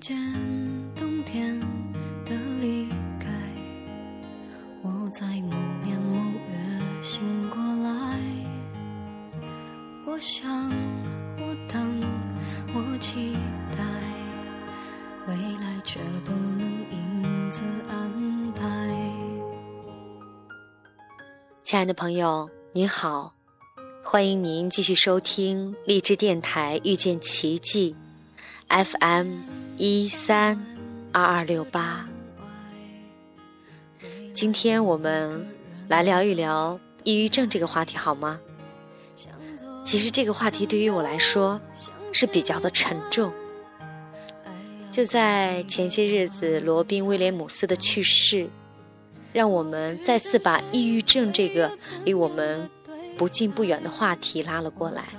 见冬天的离开，我在某年某月醒过来，我想我等我期待，未来却不能因此安排。 亲爱的朋友您好，欢迎您继续收听励志电台遇见奇迹 FM132268。今天我们来聊一聊抑郁症这个话题好吗？其实这个话题对于我来说是比较的沉重。就在前些日子，罗宾威廉姆斯的去世让我们再次把抑郁症这个离我们不近不远的话题拉了过来。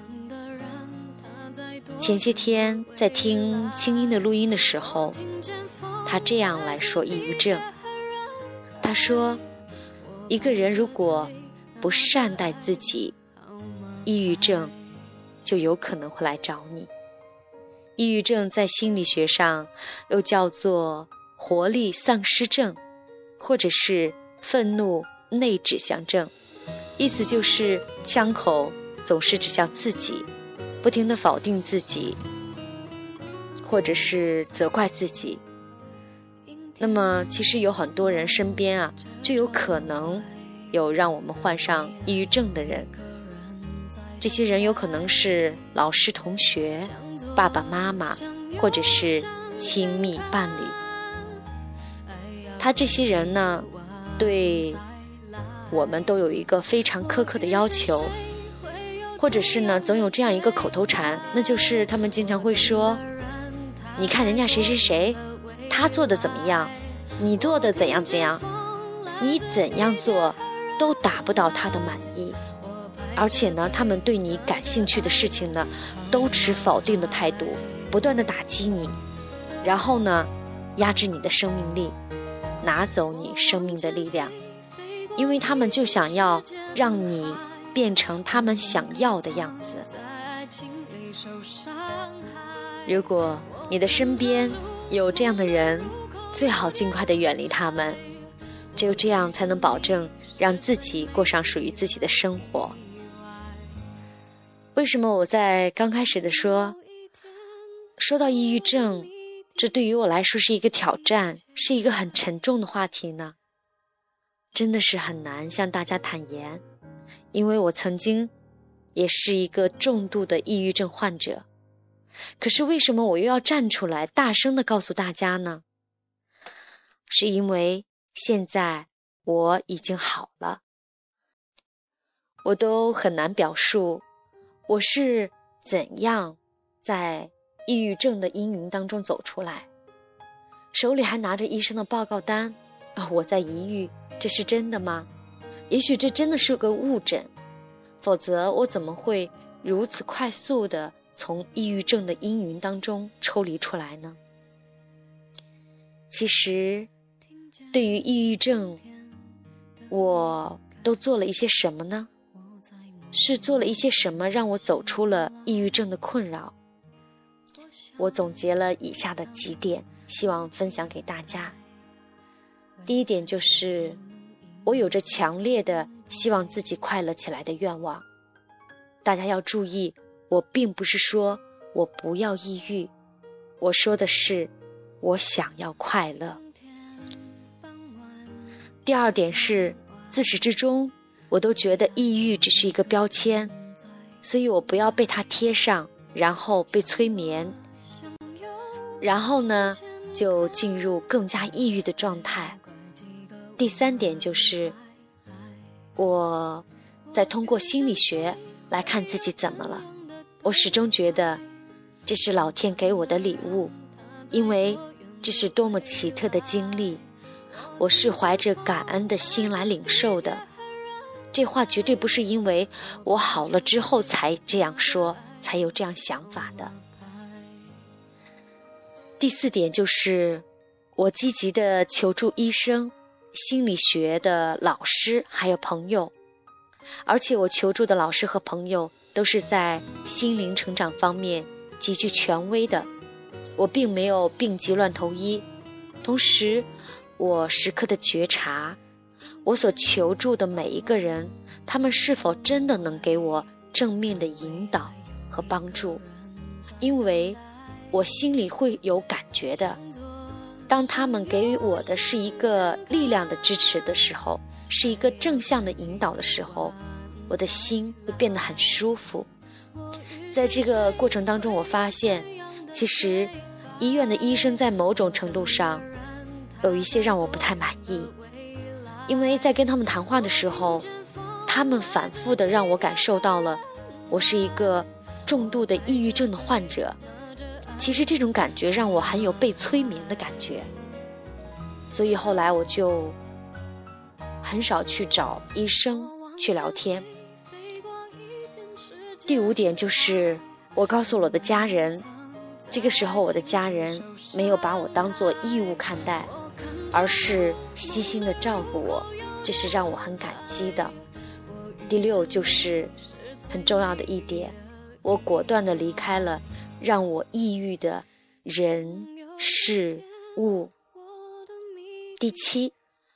前些天在听清音的录音的时候，他这样来说抑郁症。他说，一个人如果不善待自己，抑郁症就有可能会来找你。抑郁症在心理学上又叫做活力丧失症，或者是愤怒内指向症，意思就是枪口总是指向自己，不停地否定自己，或者是责怪自己。那么其实有很多人身边就有可能有让我们患上抑郁症的人。这些人有可能是老师、同学、爸爸妈妈，或者是亲密伴侣。他这些人呢，对我们都有一个非常苛刻的要求，或者是呢总有这样一个口头禅，那就是他们经常会说，你看人家谁谁谁，他做的怎么样，你做的怎样怎样，你怎样做都达不到他的满意。而且呢，他们对你感兴趣的事情呢都持否定的态度，不断的打击你，然后呢压制你的生命力，拿走你生命的力量，因为他们就想要让你变成他们想要的样子。如果你的身边有这样的人，最好尽快的远离他们，只有这样才能保证让自己过上属于自己的生活。为什么我在刚开始的说到抑郁症，这对于我来说是一个挑战，是一个很沉重的话题呢？真的是很难向大家坦言，因为我曾经也是一个重度的抑郁症患者。可是为什么我又要站出来大声地告诉大家呢？是因为现在我已经好了。我都很难表述我是怎样在抑郁症的阴云当中走出来，手里还拿着医生的报告单，我在抑郁，这是真的吗？也许这真的是个误诊，否则我怎么会如此快速地从抑郁症的阴云当中抽离出来呢？其实对于抑郁症，我都做了一些什么呢？是做了一些什么让我走出了抑郁症的困扰？我总结了以下的几点，希望分享给大家。第一点就是，我有着强烈的希望自己快乐起来的愿望。大家要注意，我并不是说我不要抑郁，我说的是我想要快乐。第二点是，自始至终我都觉得抑郁只是一个标签，所以我不要被它贴上，然后被催眠，然后呢就进入更加抑郁的状态。第三点就是，我在通过心理学来看自己怎么了。我始终觉得这是老天给我的礼物，因为这是多么奇特的经历，我是怀着感恩的心来领受的。这话绝对不是因为我好了之后才这样说，才有这样想法的。第四点就是，我积极的求助医生、心理学的老师还有朋友，而且我求助的老师和朋友都是在心灵成长方面极具权威的， 我并没有病急乱投医，同时我时刻的觉察我所求助的每一个人，他们是否真的能给我正面的引导和帮助。因为我心里会有感觉的，当他们给予我的是一个力量的支持的时候，是一个正向的引导的时候，我的心会变得很舒服。在这个过程当中，我发现其实医院的医生在某种程度上有一些让我不太满意，因为在跟他们谈话的时候，他们反复的让我感受到了我是一个重度的抑郁症的患者。其实这种感觉让我很有被催眠的感觉，所以后来我就很少去找医生去聊天。第5点就是我告诉我的家人，这个时候我的家人没有把我当作义务看待，而是悉心的照顾我，这是让我很感激的。第6就是很重要的一点，我果断地离开了让我抑郁的人事物。第7，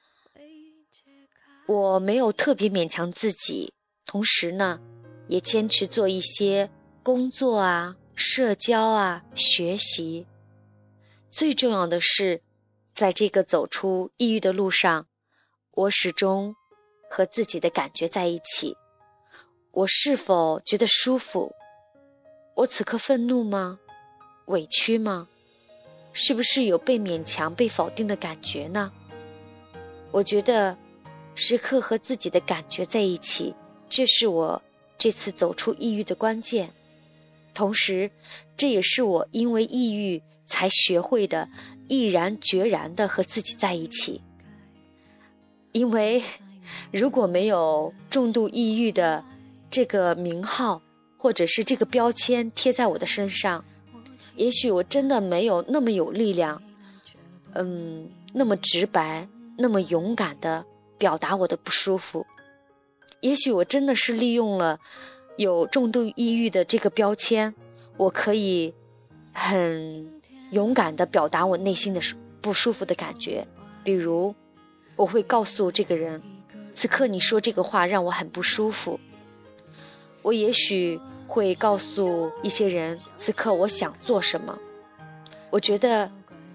我没有特别勉强自己，同时呢也坚持做一些工作啊、社交啊、学习。最重要的是，在这个走出抑郁的路上，我始终和自己的感觉在一起。我是否觉得舒服？我此刻愤怒吗？委屈吗？是不是有被勉强、被否定的感觉呢？我觉得时刻和自己的感觉在一起，这是我这次走出抑郁的关键。同时，这也是我因为抑郁才学会的毅然决然地和自己在一起。因为如果没有重度抑郁的这个名号或者是这个标签贴在我的身上，也许我真的没有那么有力量，那么直白，那么勇敢地表达我的不舒服。也许我真的是利用了有重度抑郁的这个标签，我可以很勇敢地表达我内心的不舒服的感觉。比如我会告诉这个人，此刻你说这个话让我很不舒服。我也许会告诉一些人，此刻我想做什么。我觉得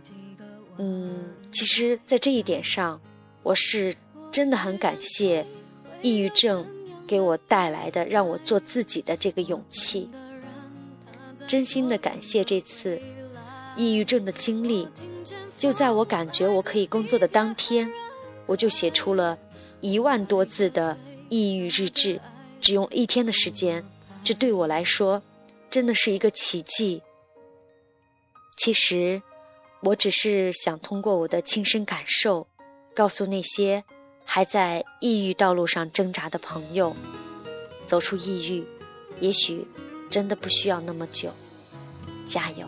其实在这一点上，我是真的很感谢抑郁症给我带来的让我做自己的这个勇气。真心的感谢这次抑郁症的经历。就在我感觉我可以工作的当天，我就写出了1万多字的抑郁日志，只用1天的时间，这对我来说真的是一个奇迹。其实我只是想通过我的亲身感受，告诉那些还在抑郁道路上挣扎的朋友，走出抑郁也许真的不需要那么久，加油。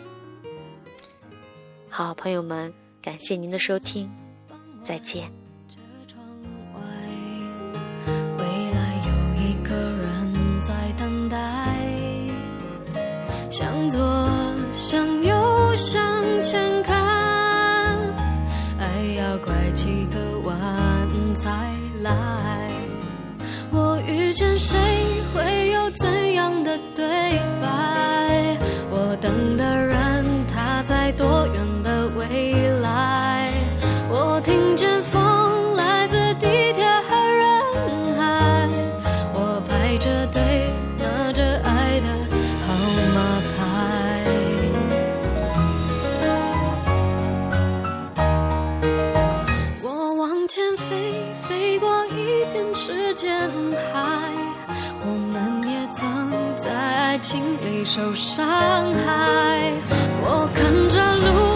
好，朋友们，感谢您的收听，再见。 未来有一个人在等待，向左向右向前看，爱要拐几个弯才来。我遇见谁会有怎样的对白？我等的人他在多远的未来？我听见风来自地铁和人海，我排着队拿着爱的号码牌。我往前飞，飞过一片时间海，我们也曾在爱情里受伤害。我看着路